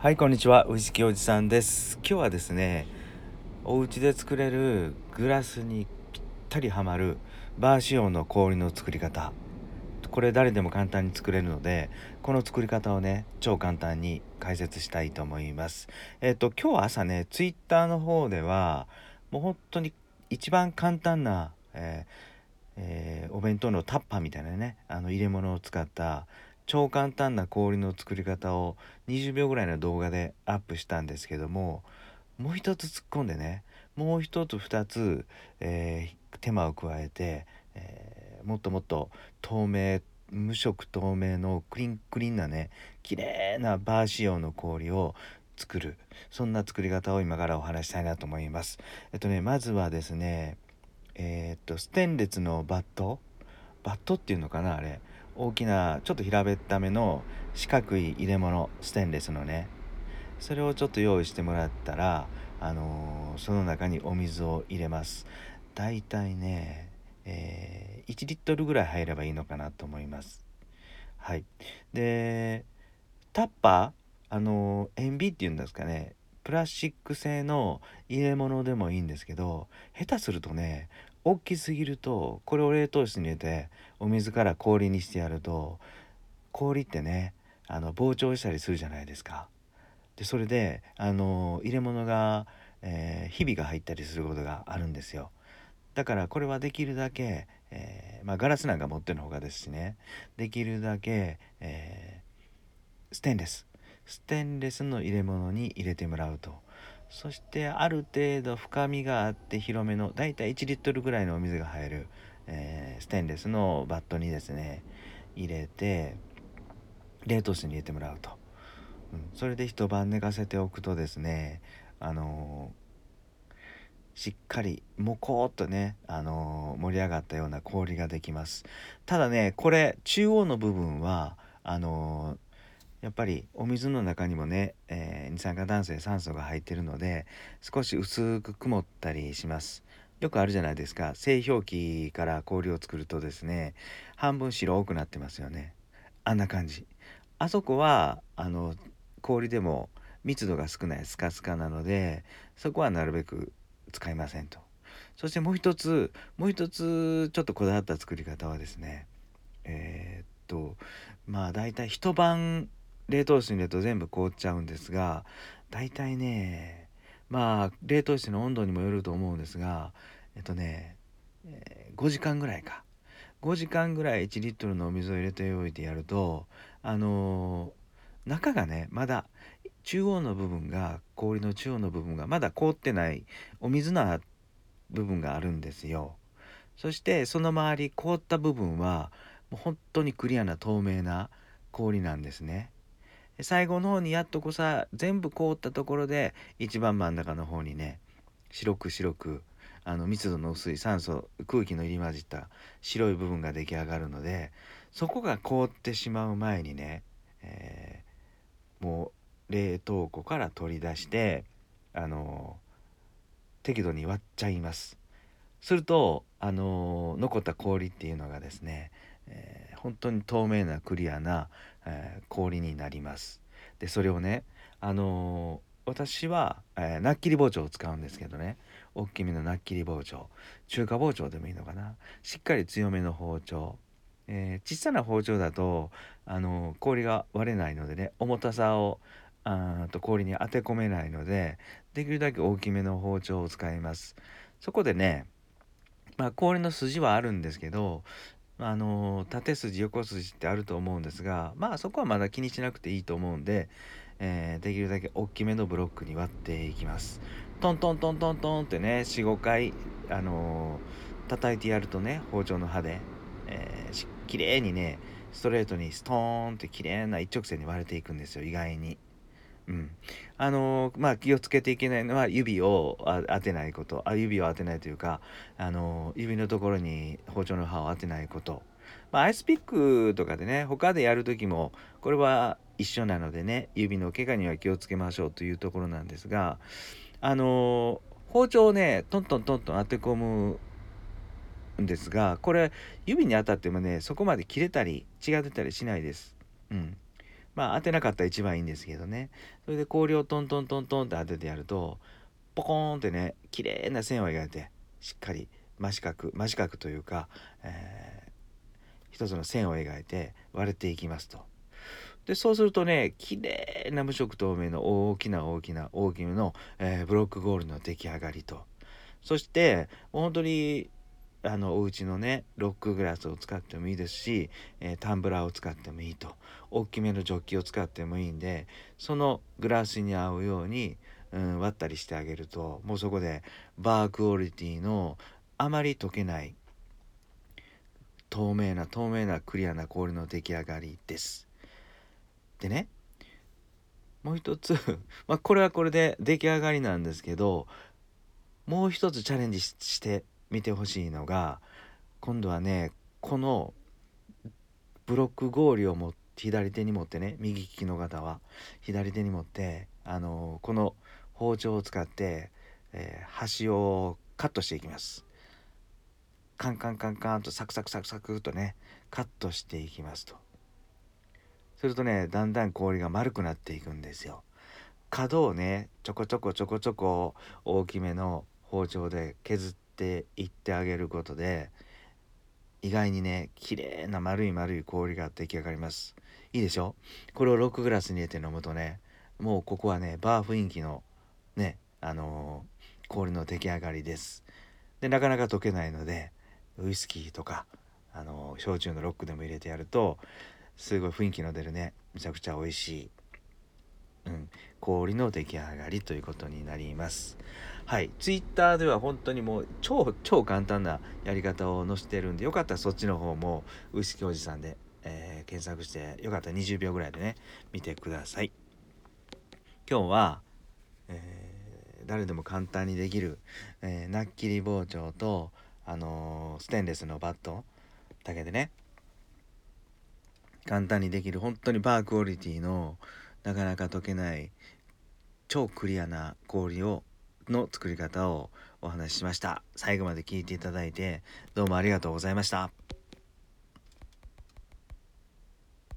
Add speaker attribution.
Speaker 1: はい、こんにちは。ウイスキーおじさんです。今日はですね、お家で作れるグラスにぴったりはまるバー仕様の氷の作り方。これ誰でも簡単に作れるので、この作り方をね、超簡単に解説したいと思います。今日朝ね、ツイッターの方では、もう本当に一番簡単な、お弁当のタッパーみたいなね、入れ物を使った超簡単な氷の作り方を20秒ぐらいの動画でアップしたんですけども、もう一つ突っ込んでね、もう一つ二つ、手間を加えて、もっともっと透明、無色透明のクリンクリンなね、綺麗なバー仕様の氷を作る、そんな作り方を今からお話したいなと思います。まずはですね、ステンレスのバットっていうのかな、あれ大きなちょっと平べっための四角い入れ物、ステンレスのね、それをちょっと用意してもらったら、その中にお水を入れます。だいたいね、1リットルぐらい入ればいいのかなと思います。はい。で、タッパー、塩ビっていうんですかね、プラスチック製の入れ物でもいいんですけど、下手するとね、大きすぎるとこれを冷凍室に入れてお水から氷にしてやると、氷ってね、膨張したりするじゃないですか。でそれで入れ物が、ひびが入ったりすることがあるんですよ。だからこれはできるだけ、ガラスなんか持ってる方がですしね、できるだけ、ステンレスの入れ物に入れてもらうと。そしてある程度深みがあって広めのだいたい1リットルぐらいのお水が入る、ステンレスのバットにですね入れて、冷凍室に入れてもらうと、それで一晩寝かせておくとですね、あのしっかりもこーっとね、盛り上がったような氷ができます。ただね、これ中央の部分はやっぱりお水の中にもね、二酸化炭素や酸素が入ってるので、少し薄く曇ったりします。よくあるじゃないですか、製氷機から氷を作るとですね、半分白くなってますよね。あんな感じ。あそこは氷でも密度が少ないスカスカなので、そこはなるべく使いませんと。そしてもう一つちょっとこだわった作り方はですね、だいたい一晩冷凍室に入れると全部凍っちゃうんですが、だいたいね、冷凍室の温度にもよると思うんですが、5時間ぐらいか、5時間ぐらい1リットルのお水を入れておいてやると、あのー中がねまだ氷の中央の部分がまだ凍ってないお水の部分があるんですよ。そしてその周り凍った部分はもう本当にクリアな透明な氷なんですね。最後の方にやっと全部凍ったところで一番真ん中の方にね、白く密度の薄い空気の入り混じった白い部分が出来上がるので、そこが凍ってしまう前にね、もう冷凍庫から取り出して適度に割っちゃいます。すると残った氷っていうのがですね、本当に透明なクリアな、氷になります。でそれをね、私は、ナッキリ包丁を使うんですけどね、大きめのナッキリ包丁、中華包丁でもいいのかな、しっかり強めの包丁、小さな包丁だと氷が割れないのでね、重たさを氷に当て込めないので、できるだけ大きめの包丁を使います。そこでね、氷の筋はあるんですけど、縦筋横筋ってあると思うんですが、そこはまだ気にしなくていいと思うんで、できるだけ大きめのブロックに割っていきます。トントントントントンってね、45回叩いてやるとね、包丁の刃で、綺麗にね、ストレートにストーンって綺麗な一直線に割れていくんですよ、意外に。うん、気をつけていけないのは指を当てないというか、指のところに包丁の刃を当てないこと。アイスピックとかでね、他でやる時もこれは一緒なのでね、指の怪我には気をつけましょうというところなんですが、包丁をねトントントントン当て込むんですが、これ指に当たってもね、そこまで切れたり血が出たりしないです。うん。 まあ当てなかったら一番いいんですけどね。それで氷をトントントントンって当ててやるとポコーンってね綺麗な線を描いてしっかり真四角というか、一つの線を描いて割れていきますと。でそうするとね綺麗な無色透明の大きな大きめの、ブロックゴールの出来上がりと、そしてもう本当にお家のねロックグラスを使ってもいいですし、タンブラーを使ってもいいと、大きめのジョッキを使ってもいいんで、そのグラスに合うように、割ったりしてあげると、もうそこでバークオリティのあまり溶けない透明なクリアな氷の出来上がりです。でね、もう一つまあこれはこれで出来上がりなんですけど、もう一つチャレンジしてみてほしいのが、今度はねこのブロック氷を左手に持ってね、右利きの方は左手に持って、この包丁を使って、端をカットしていきます。カンカンカンカンとサクサクサクサクとねカットしていきますと。するとねだんだん氷が丸くなっていくんですよ。角をねちょこちょこちょこちょこ大きめの包丁で削っていってあげることで、意外にね綺麗な丸い氷が出来上がります。いいでしょ。これをロックグラスに入れて飲むとね、もうここはねバー雰囲気のね氷の出来上がりです。でなかなか溶けないのでウイスキーとか焼酎のロックでも入れてやるとすごい雰囲気の出るねめちゃくちゃ美味しい、氷の出来上がりということになります。はい、ツイッターでは本当にもう超簡単なやり方を載せてるんで、よかったらそっちの方もウイスキーおじさんで、検索してよかったら20秒ぐらいでね見てください。今日は、誰でも簡単にできる、ナッキリ包丁と、ステンレスのバットだけでね簡単にできる本当にバークオリティのなかなか溶けない超クリアな氷の作り方をお話ししました。最後まで聞いていただいてどうもありがとうございました。